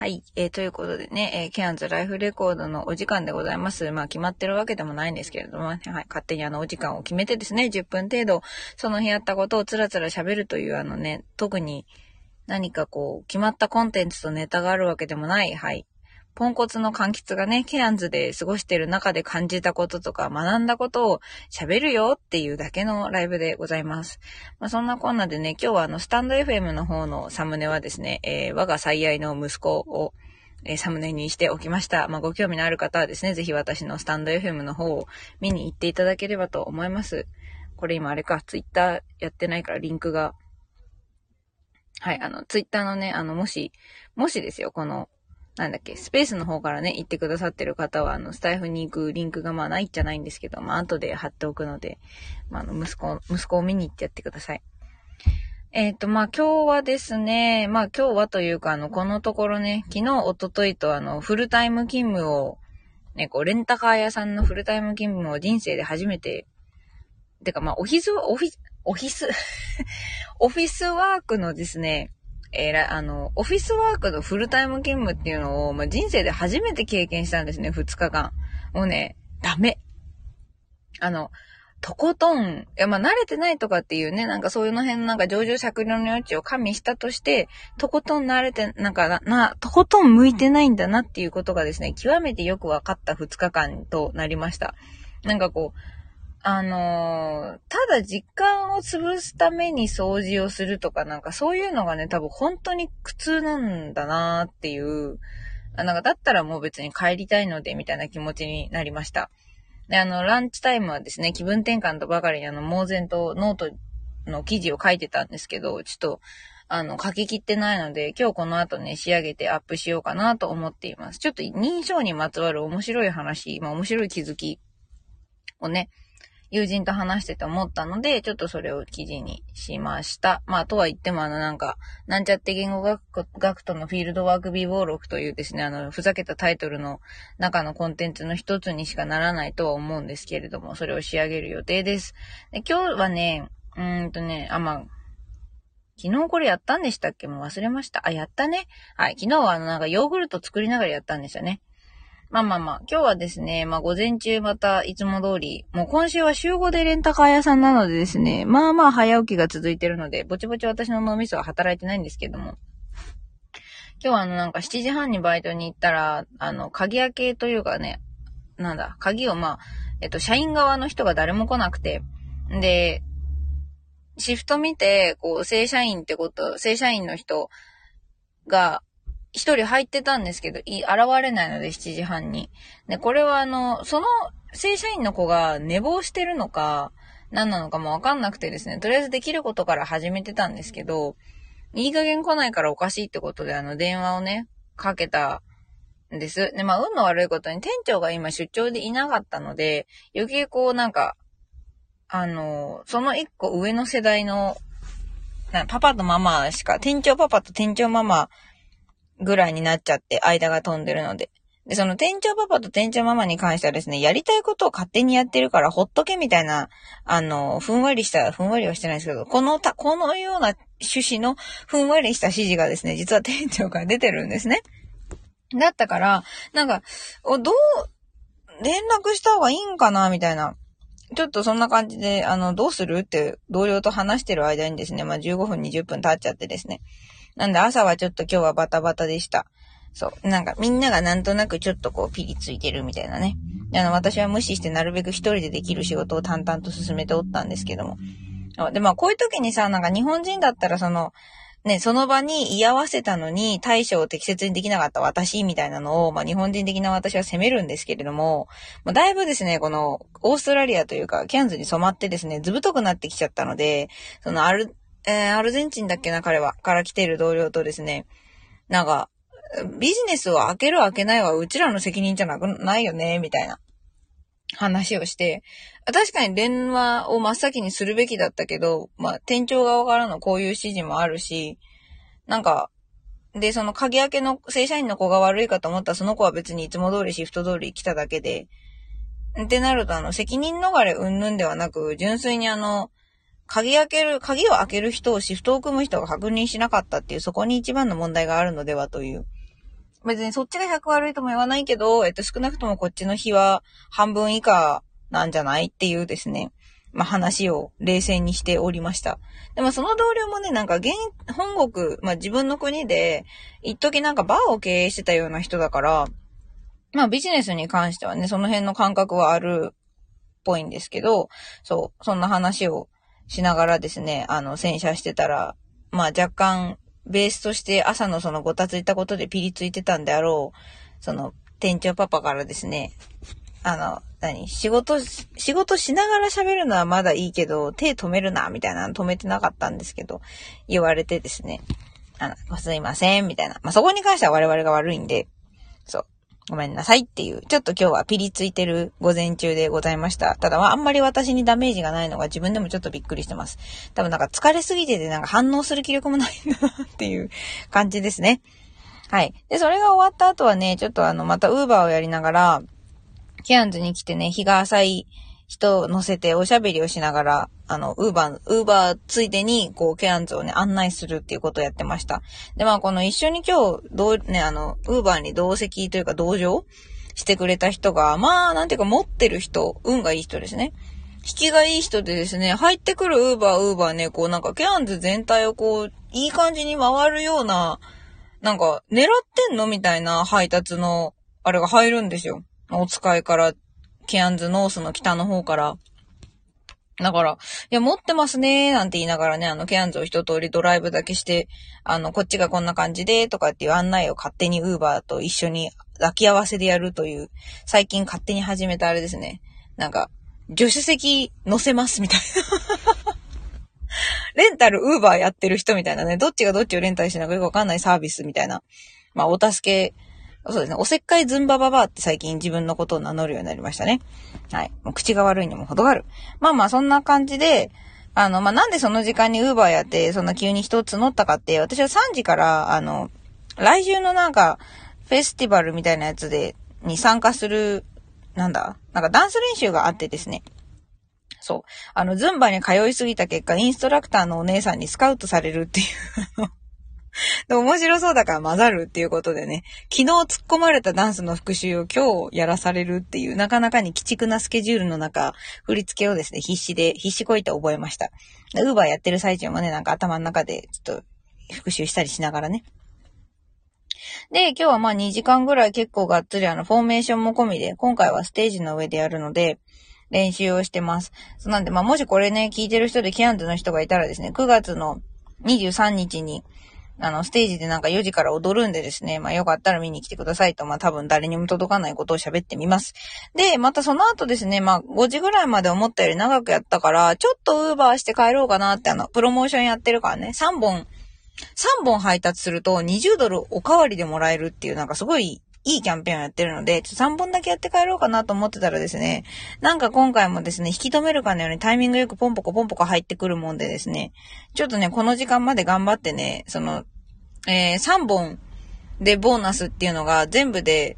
はい。ということでね、ケアンズライフレコードのお時間でございます。まあ、決まってるわけでもないんですけれども、はい、勝手にお時間を決めてですね、10分程度、その日やったことをつらつら喋るという特に何か決まったコンテンツとネタがあるわけでもない、はい。ポンコツの柑橘がね、ケアンズで過ごしている中で感じたこととか学んだことを喋るよっていうだけのライブでございます。まあ、そんなこんなでね、今日はスタンド FM の方のサムネはですね、我が最愛の息子を、サムネにしておきました。まあ、ご興味のある方はですね、ぜひ私のスタンド FM の方を見に行っていただければと思います。これ今あれか、ツイッターやってないからリンクが、はい、ツイッターのね、もしですよ、スペースの方からね、行ってくださってる方は、スタイフに行くリンクがまあないっちゃないんですけど、まあ後で貼っておくので、まあ息子を見に行ってやってください。まあ今日はですね、まあ今日はというか、このところね、昨日、おとといとフルタイム勤務を、ね、レンタカー屋さんのフルタイム勤務を人生で初めて、てかまあオフィスオフィスワークのですね、オフィスワークのフルタイム勤務っていうのを、まあ、人生で初めて経験したんですね、2日間。もうね、ダメ。とことん、まあ、慣れてないとかっていうね、なんかそういうの辺の情状酌量の余地を加味したとして、とことん慣れて、とことん向いてないんだなっていうことがですね、極めてよく分かった2日間となりました。ただ時間を潰すために掃除をするとかそういうのがね、多分本当に苦痛なんだなーっていう、だったらもう別に帰りたいのでみたいな気持ちになりました。で、ランチタイムはですね、気分転換とばかりに猛然とノートの記事を書いてたんですけど、ちょっと、書き切ってないので、今日この後ね、仕上げてアップしようかなと思っています。ちょっと認証にまつわる面白い話、面白い気づきをね、友人と話してて思ったので、ちょっとそれを記事にしました。まあ、とは言ってもなんちゃって言語学徒のフィールドワーク備忘録というですね、ふざけたタイトルの中のコンテンツの一つにしかならないとは思うんですけれども、それを仕上げる予定です。で、今日はね、昨日これやったんでしたっけ？もう忘れました。やったね。はい、昨日はヨーグルト作りながらやったんですよね。まあ、今日はですね、午前中またいつも通り、もう今週は週5でレンタカー屋さんなのでですね、早起きが続いてるので、ぼちぼち私の脳みそは働いてないんですけども、今日は7時半にバイトに行ったら、鍵開けというかね、鍵を社員側の人が誰も来なくて、で、シフト見て、正社員の人が、一人入ってたんですけど、現れないので7時半に。で、これはその正社員の子が寝坊してるのか、何なのかもわかんなくてですね、とりあえずできることから始めてたんですけど、いい加減来ないからおかしいってことで電話をね、かけたんです。で、運の悪いことに店長が今出張でいなかったので、余計その一個上の世代の、パパとママしか、店長パパと店長ママ、ぐらいになっちゃって間が飛んでるので。で、その店長パパと店長ママに関してはですね、やりたいことを勝手にやってるからほっとけみたいな、ふんわりはしてないですけど、このような趣旨のふんわりした指示がですね、実は店長から出てるんですね。だったから、連絡した方がいいんかなみたいな。ちょっとそんな感じで、どうするって同僚と話してる間にですね、15分、20分経っちゃってですね。なんで朝はちょっと今日はバタバタでした。そう。みんながなんとなくちょっとピリついてるみたいなね。私は無視してなるべく一人でできる仕事を淡々と進めておったんですけども。で、こういう時にさ、日本人だったらその場に居合わせたのに対処を適切にできなかった私みたいなのを、日本人的な私は責めるんですけれども、だいぶですね、このオーストラリアというか、キャンズに染まってですね、ずぶとくなってきちゃったので、アルゼンチンだっけな、彼は、から来ている同僚とですね、ビジネスを開ける開けないはうちらの責任じゃないよね、みたいな話をして、確かに電話を真っ先にするべきだったけど、店長側からのこういう指示もあるし、で、その鍵開けの正社員の子が悪いかと思ったら、その子は別にいつも通りシフト通り来ただけで、ってなると責任逃れ云々ではなく、純粋に鍵を開ける人をシフトを組む人が確認しなかったっていう、そこに一番の問題があるのではという別にそっちが100悪いとも言わないけど、少なくともこっちの比は半分以下なんじゃないっていうですね、まあ話を冷静にしておりました。でもその同僚もね、なんか本国、まあ自分の国で、一時なんかバーを経営してたような人だから、まあビジネスに関してはね、その辺の感覚はあるっぽいんですけど、そんな話をしながらですね、洗車してたら、まあ若干、ベースとして朝のそのごたついたことでピリついてたんであろう、その店長パパからですね、仕事しながら喋るのはまだいいけど、手止めるな、みたいなの止めてなかったんですけど、言われてですね、すいません、みたいな。まあ、そこに関しては我々が悪いんで、そう、ごめんなさいっていう、ちょっと今日はピリついてる午前中でございました。ただ、あんまり私にダメージがないのが自分でもちょっとびっくりしてます。多分なんか疲れすぎててなんか反応する気力もないんだなっていう感じですね。はい。で、それが終わった後はね、ちょっとまたウーバーをやりながら、ケアンズに来てね、日が浅い人を乗せておしゃべりをしながら、ウーバーついでに、こう、ケアンズをね、案内するっていうことをやってました。で、まあ、この一緒に今日、ウーバーに同席というか同乗してくれた人が、まあ、なんていうか持ってる人、運がいい人ですね。引きがいい人でですね、入ってくるウーバーね、こうなんかケアンズ全体をこう、いい感じに回るような、なんか、狙ってんのみたいな配達の、あれが入るんですよ。お使いから、ケアンズノースの北の方から。だから、いや、持ってますねーなんて言いながらね、ケアンズを一通りドライブだけして、こっちがこんな感じで、とかっていう案内を勝手にウーバーと一緒に抱き合わせでやるという、最近勝手に始めたあれですね。なんか、助手席乗せますみたいな。レンタルウーバーやってる人みたいなね、どっちがどっちをレンタルしながらよくわかんないサービスみたいな。まあ、お助け、そうですね。おせっかいズンバババアって最近自分のことを名乗るようになりましたね。はい。もう口が悪いにも程がある。まあまあそんな感じで、まあなんでその時間にウーバーやって、そんな急に人募ったかって、私は3時から、来週のなんか、フェスティバルみたいなやつに参加する、なんかダンス練習があってですね。そう。ズンバに通いすぎた結果、インストラクターのお姉さんにスカウトされるっていうで、面白そうだから混ざるっていうことでね、昨日突っ込まれたダンスの復習を今日やらされるっていう、なかなかに鬼畜なスケジュールの中、振り付けをですね、必死こいて覚えました。ウーバーやってる最中もね、なんか頭の中でちょっと復習したりしながらね。で、今日はまあ2時間ぐらい結構がっつりフォーメーションも込みで、今回はステージの上でやるので、練習をしてます。なんでまあもしこれね、聞いてる人でキャンズの人がいたらですね、9月の23日に、ステージでなんか4時から踊るんでですね、まあよかったら見に来てくださいと、まあ多分誰にも届かないことを喋ってみます。で、またその後ですね、まあ5時ぐらいまで思ったより長くやったから、ちょっとウーバーして帰ろうかなってプロモーションやってるからね、3本配達すると20ドルおかわりでもらえるっていうなんかすごいいいキャンペーンをやってるので、ちょっと3本だけやって帰ろうかなと思ってたらですね、なんか今回もですね、引き止めるかのようにタイミングよくポンポコ入ってくるもんでですね、ちょっとね、この時間まで頑張ってね、3本でボーナスっていうのが全部で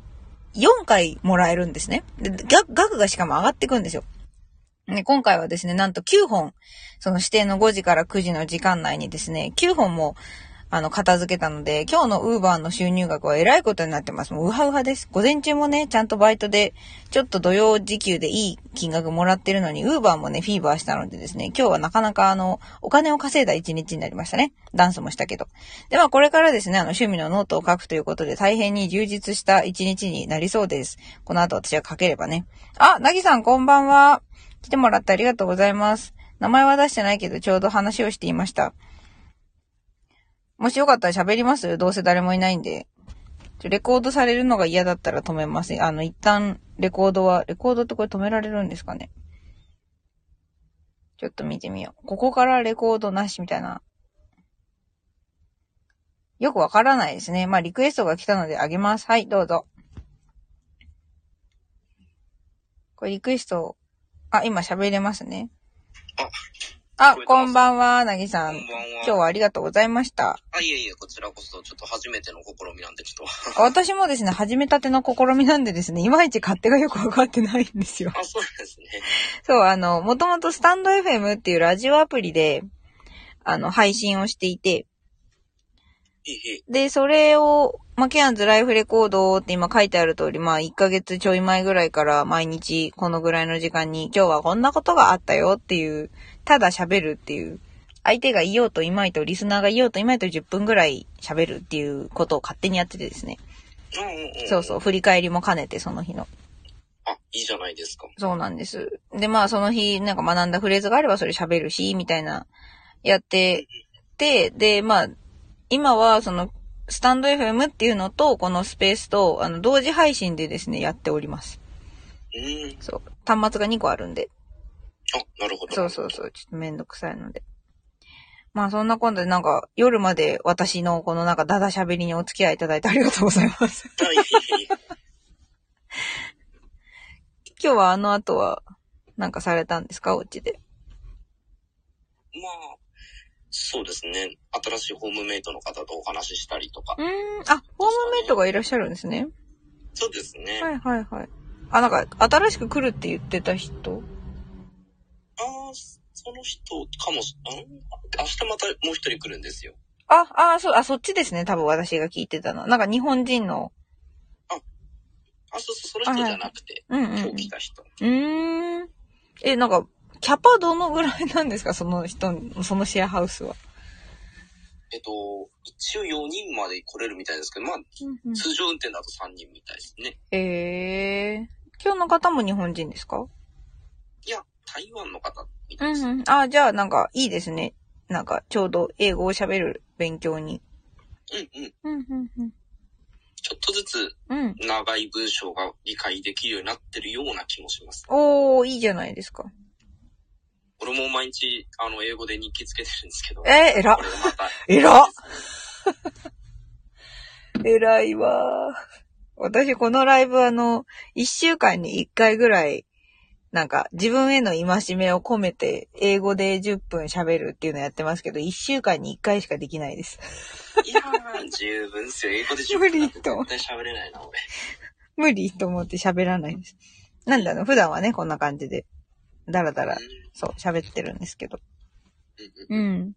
4回もらえるんですね。で、額がしかも上がってくんですよ。ね、今回はですね、なんと9本、その指定の5時から9時の時間内にですね、9本も、片付けたので、今日のウーバーの収入額はえらいことになってます。もうウハウハです。午前中もね、ちゃんとバイトで、ちょっと土曜時給でいい金額もらってるのに、ウーバーもね、フィーバーしたのでですね、今日はなかなかお金を稼いだ一日になりましたね。ダンスもしたけど。で、まあこれからですね、趣味のノートを書くということで、大変に充実した一日になりそうです。この後私は書ければね。あ、なぎさんこんばんは。来てもらってありがとうございます。名前は出してないけど、ちょうど話をしていました。もしよかったら喋ります？どうせ誰もいないんで。レコードされるのが嫌だったら止めます。一旦レコードってこれ止められるんですかね？ちょっと見てみよう。ここからレコードなしみたいな。よくわからないですね。まあ、リクエストが来たのであげます。はい、どうぞ。これリクエスト、今喋れますね。こんばんは、なぎさん。今日はありがとうございました。 いえいえ、こちらこそ、ちょっと初めての試みなんで、ちょっと。私もですね、始めたての試みなんでですね、いまいち勝手がよくわかってないんですよ。 そうですね。 そう、もともとスタンド FM っていうラジオアプリで、配信をしていて、で、それをまあ、ケアンズライフレコードって今書いてある通り、まあ、1ヶ月ちょい前ぐらいから毎日このぐらいの時間に今日はこんなことがあったよっていう、ただ喋るっていう、相手がいようといまいと、リスナーがいようといまいと10分ぐらい喋るっていうことを勝手にやっててですね。そうそう、振り返りも兼ねてその日の。 あ、いいじゃないですか。 そうなんです。で、まあその日なんか学んだフレーズがあればそれ喋るし、みたいな、やってて、で、まあ、今はその、スタンド FM っていうのと、このスペースと、同時配信でですね、やっております。そう。端末が2個あるんで。 あ、なるほど。 そうそうそう。ちょっとめんどくさいので。まあそんな今度でなんか、夜まで私のこのなんかダダ喋りにお付き合いいただいてありがとうございます。今日は後は、なんかされたんですか、お家で。 まあ、そうですね。新しいホームメイトの方とお話ししたりとか。 あ、ホームメイトがいらっしゃるんですね。 そうですね。 はいはいはい。あ、なんか、新しく来るって言ってた人？ その人かも明日またもう一人来るんですよ。 そっちですね。多分私が聞いてたの。なんか日本人の。 そうそう、その人じゃなくて、今日来た人。 なんか、キャパどのぐらいなんですか、そのシェアハウスは。 一応4人まで来れるみたいですけど、まあ、通常運転だと3人みたいですね。 今日の方も日本人ですか？ いや、台湾の方みたいです。 じゃあなんかいいですね。なんかちょうど英語を喋る勉強に。 ちょっとずつ長い文章が理解できるようになってるような気もします。 いいじゃないですか。 俺も毎日英語で日記つけてるんですけど。 偉っ。偉っ。偉いわ。私このライブ1週間に1回ぐらい、なんか自分への戒めを込めて英語で10分喋るっていうのやってますけど、1週間に1回しかできないです。 いやー、十分ですよ。英語で10分なんて絶対喋れないな、俺。 無理と思って喋らないです。なんだ普段はね、こんな感じで、だらだら、そう、喋ってるんですけど。明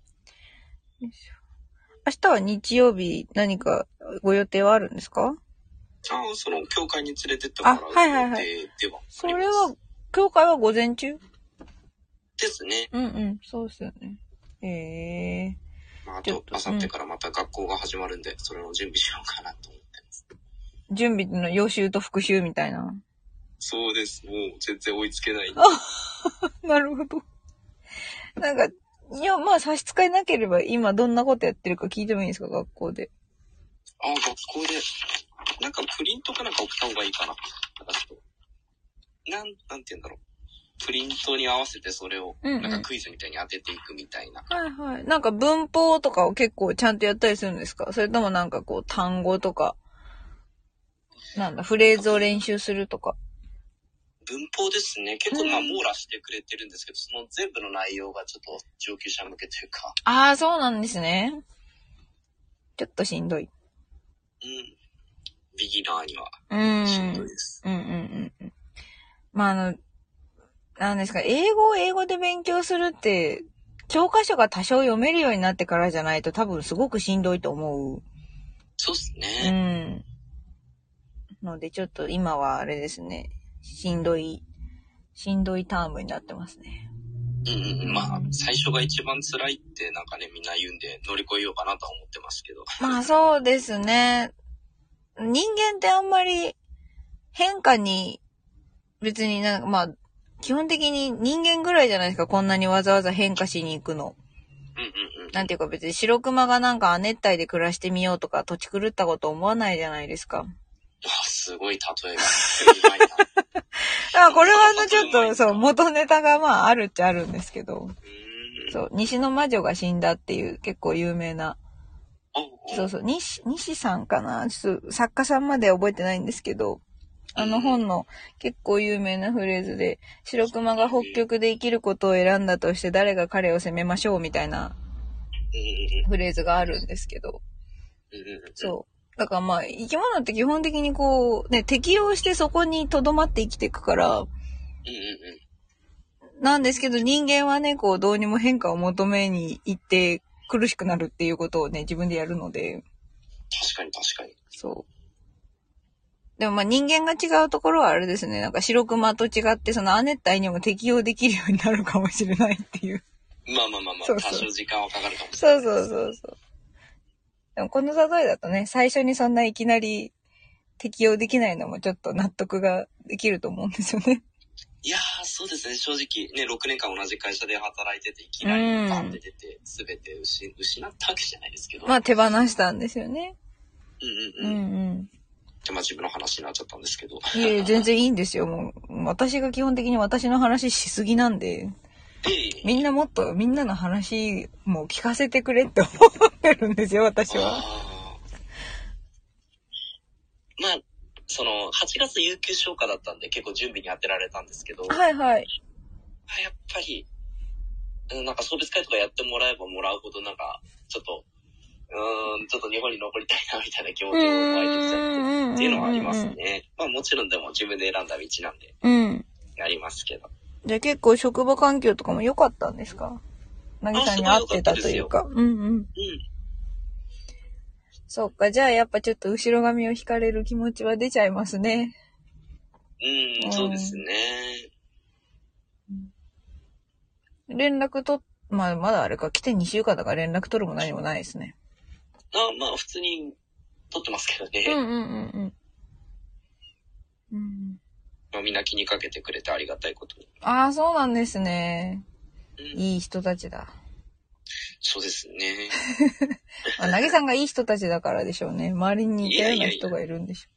日は日曜日、何かご予定はあるんですか？ その、教会に連れてってもらう予定ではあります。 それは、教会は午前中？ ですね。 そうですよね。 あと、あさってからまた学校が始まるんで、それの準備しようかなと思ってます。 準備の予習と復習みたいな。 そうです。もう全然追いつけない。 なるほど。なんか、いや、まあ差し支えなければ今どんなことやってるか聞いてもいいですか、学校で。 学校で。なんかプリントかなんか送った方がいいかな。なんて言うんだろう。プリントに合わせてそれを、なんかクイズみたいに当てていくみたいな。 なんか文法とかを結構ちゃんとやったりするんですか？それともなんかこう単語とか、フレーズを練習するとか。 文法ですね。結構網羅してくれてるんですけど、その全部の内容がちょっと上級者向けというか。 そうなんですね。ちょっとしんどい。 ビギナーにはしんどいです。 まあなんですか、英語を英語で勉強するって、教科書が多少読めるようになってからじゃないと多分すごくしんどいと思う。 そうっすね。 のでちょっと今はあれですね、しんどいタームになってますね。 まあ、最初が一番辛いってなんかね、みんな言うんで乗り越えようかなとは思ってますけど。 まあそうですね。人間ってあんまり変化に別にまあ基本的に人間ぐらいじゃないですか、こんなにわざわざ変化しに行くの。なんていうか別に白熊がなんか亜熱帯で暮らしてみようとか土地狂ったこと思わないじゃないですか。 すごい例えが。 これはちょっとそう元ネタがまああるっちゃあるんですけど。そう西の魔女が死んだっていう結構有名な。そう西さんかな、ちょっと作家さんまで覚えてないんですけど。本の結構有名なフレーズで、白熊が北極で生きることを選んだとして誰が彼を責めましょうみたいなフレーズがあるんですけど。そう。だからまあ、生き物って基本的にこう、ね、適応してそこに留まって生きていくから、なんですけど人間はね、こう、どうにも変化を求めに行って苦しくなるっていうことをね、自分でやるので。 確かに確かに。 そう。でもまあ人間が違うところはあれですね。なんか白熊と違って、その亜熱帯にも適応できるようになるかもしれないっていう。 まあ、 そう多少時間はかかるかもしれない。 そう。でもこの例えだとね、最初にそんないきなり適応できないのもちょっと納得ができると思うんですよね。 いやー、そうですね。正直、ね、6年間同じ会社で働いてて、いきなりバンって出て、すべて失ったわけじゃないですけど。 まあ手放したんですよね。 うん。じゃあまあ自分の話になっちゃったんですけど。 いえ、全然いいんですよ。もう、私が基本的に私の話しすぎなんで。みんなもっとみんなの話も聞かせてくれって思ってるんですよ、私は。 まあ、その、8月有給消化だったんで結構準備に当てられたんですけど。 はい。 やっぱり、なんか送別会とかやってもらえばもらうほどなんか、ちょっと日本に残りたいなみたいな気持ちを湧いてきちゃってっていうのはありますね。まあもちろんでも自分で選んだ道なんで、やりますけど。 じゃあ結構職場環境とかも良かったんですか？なぎさんに会ってたというか。そうか、じゃあやっぱちょっと後ろ髪を引かれる気持ちは出ちゃいますね。 そうですね。 連絡まあまだあれか、来て2週間だから連絡取るも何もないですね。 まあ普通に取ってますけどね。まあ、みんな気にかけてくれてありがたいことに。 ああ、そうなんですね。いい人たちだ。 そうですね。 まあ、なぎさんがいい人たちだからでしょうね。周りに似たような人がいるんでしょ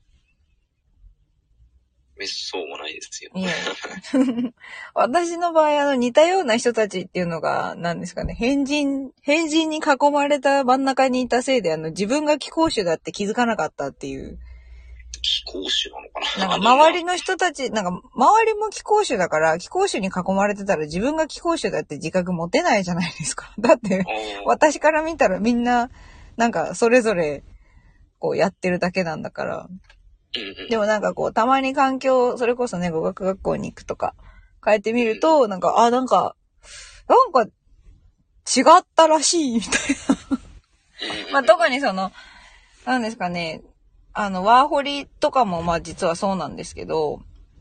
う。そうもないですよ。 私の場合、似たような人たちっていうのが、何ですかね、変人に囲まれた真ん中にいたせいで、自分が貴公子だって気づかなかったっていう。 貴公子なのかな。 なんか周りの人たち、周りも貴公子だから、貴公子に囲まれてたら自分が貴公子だって自覚持てないじゃないですか。だって、私から見たらみんな、なんかそれぞれ、こうやってるだけなんだから。でもなんかこう、たまに環境、それこそね、語学学校に行くとか、変えてみると、なんか違ったらしい、みたいな。まあ、特になんですかね、ワーホリとかもまあ実はそうなんですけど、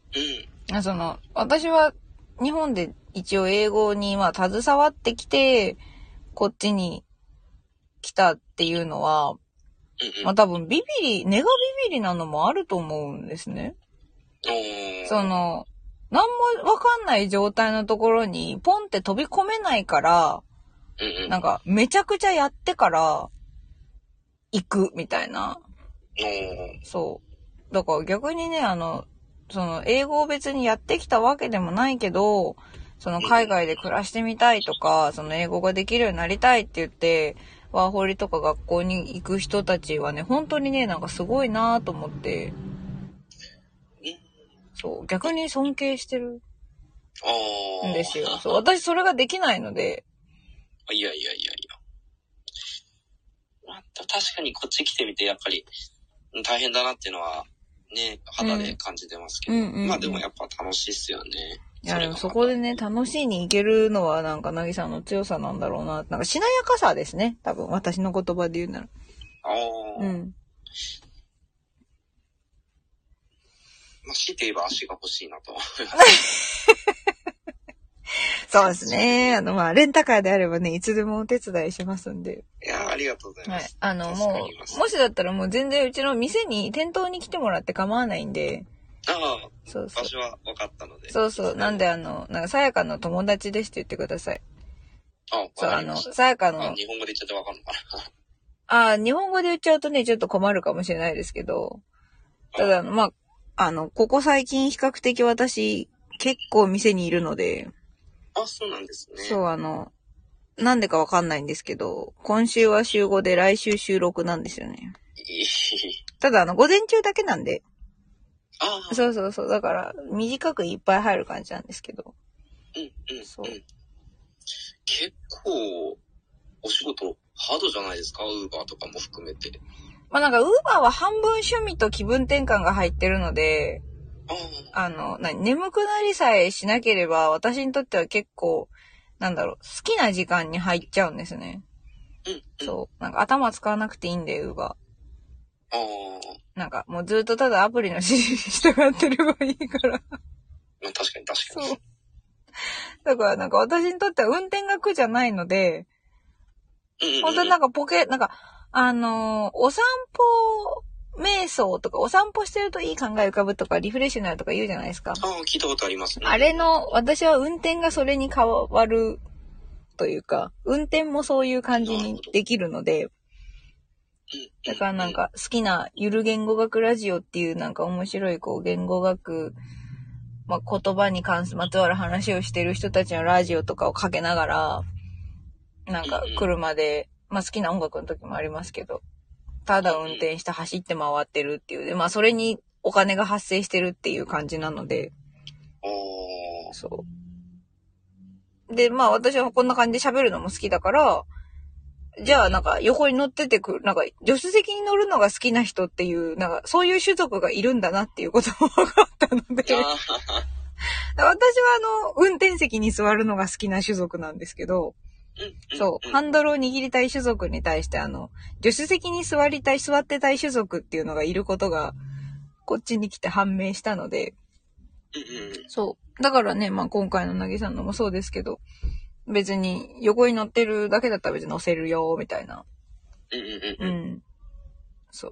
私は日本で一応英語にまあ携わってきて、こっちに来たっていうのは、まあ多分根がビビリなのもあると思うんですね。なんもわかんない状態のところにポンって飛び込めないから、なんかめちゃくちゃやってから行くみたいな。そう。だから逆にね、英語を別にやってきたわけでもないけど、海外で暮らしてみたいとか、英語ができるようになりたいって言って、ワーホリとか学校に行く人たちはね、本当にね、なんかすごいなと思って。そう、逆に尊敬してるんですよ。そう、私それができないので。 いや。確かにこっち来てみて、やっぱり大変だなっていうのは、ね、肌で感じてますけど。まあでもやっぱ楽しいっすよね。 いや、でもそこでね、楽しいに行けるのはなんか、なぎさんの強さなんだろうな。なんか、しなやかさですね。多分、私の言葉で言うなら。 まあ、強いて言えば足が欲しいなと思います。 そうですね。まあ、レンタカーであればね、いつでもお手伝いしますんで。 いや、ありがとうございます。 もしだったらもう全然うちの店に、店頭に来てもらって構わないんで。 そう。場所は分かったので。 そう。なんでなんか、さやかの友達ですって言ってください。 そう、 さやかの。 日本語で言っちゃって分かるのかな。日本語で言っちゃうとね、ちょっと困るかもしれないですけど。ただ、まあ、ここ最近比較的私、結構店にいるので。 そうなんですね。 そう、なんでかわかんないんですけど、今週は週5で来週週6なんですよね。ただ、午前中だけなんで。そう。だから、短くいっぱい入る感じなんですけど。 そう。結構、お仕事、ハードじゃないですか？ウーバーとかも含めて。 まあなんか、ウーバーは半分趣味と気分転換が入ってるので、眠くなりさえしなければ、私にとっては結構、好きな時間に入っちゃうんですね。そう。なんか頭使わなくていいんで、ウーバなんかもうずっとただアプリの指示に従ってればいいから。 まあ確かに。 そう。だからなんか私にとっては運転が苦じゃないので、本当になんかなんか、お散歩瞑想とか、お散歩してるといい考え浮かぶとか、リフレッシュになるとか言うじゃないですか。 聞いたことありますね。 あれの、私は運転がそれに変わるというか、運転もそういう感じにできるので、だからなんか好きなゆる言語学ラジオっていうなんか面白いこう言語学、まあ、言葉にまつわる話をしてる人たちのラジオとかをかけながら、なんか車で、まあ好きな音楽の時もありますけど、ただ運転して走って回ってるっていうで、まあそれにお金が発生してるっていう感じなので、そう。で、まあ私はこんな感じで喋るのも好きだから、じゃあなんか横に乗っててなんか助手席に乗るのが好きな人っていう、なんかそういう種族がいるんだなっていうことも分かったので、私は運転席に座るのが好きな種族なんですけど、そう、ハンドルを握りたい種族に対して助手席に座ってたい種族っていうのがいることが、こっちに来て判明したので、そう。だからね、まあ今回のなぎさんのもそうですけど、別に横に乗ってるだけだったら別に乗せるよ、みたいな。そう。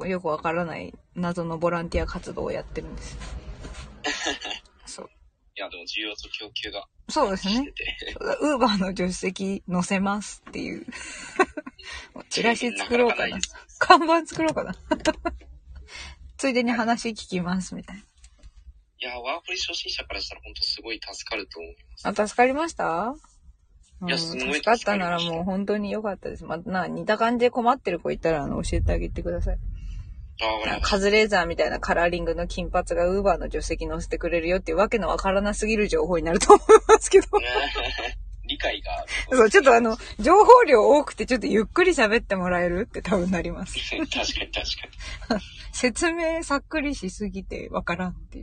よくわからない謎のボランティア活動をやってるんです。そう。 いや、でも需要と供給が。 そうですね。ウーバーの助手席乗せますっていう。チラシ作ろうかな。看板作ろうかな。ついでに話聞きますみたいな。 いや、ワープリ初心者からしたら本当すごい助かると思います。 助かりました？ いや、すごい助かったならもう本当に良かったです。似た感じで困ってる子いたら教えてあげてください。カズレーザーみたいなカラーリングの金髪がウーバーの助手席乗せてくれるよっていうわけのわからなすぎる情報になると思いますけど。 理解が。 そう、ちょっと情報量多くてちょっとゆっくり喋ってもらえるって多分なります。 確かに。 説明さっくりしすぎてわからんっていう。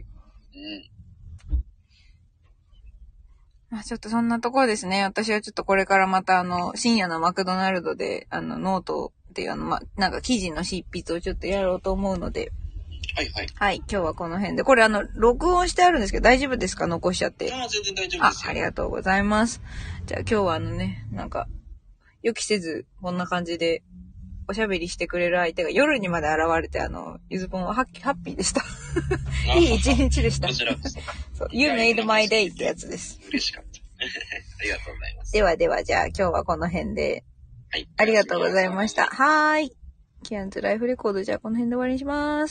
まあちょっとそんなところですね。私はちょっとこれからまた深夜のマクドナルドでノートっていうなんか記事の執筆をちょっとやろうと思うので。はい、今日はこの辺で。これ録音してあるんですけど大丈夫ですか？残しちゃって。 全然大丈夫ですよ。 ありがとうございます。じゃあ今日はなんか、予期せずこんな感じでおしゃべりしてくれる相手が夜にまで現れてゆずぽんはハッピーでした。いい一日でした。 こちらこそ。 そう、You made my day ってやつです。 嬉しかった。ありがとうございます。 では、じゃあ今日はこの辺で。 はい。 ありがとうございました。はーい。キアンズライフレコードじゃあこの辺で終わりにします。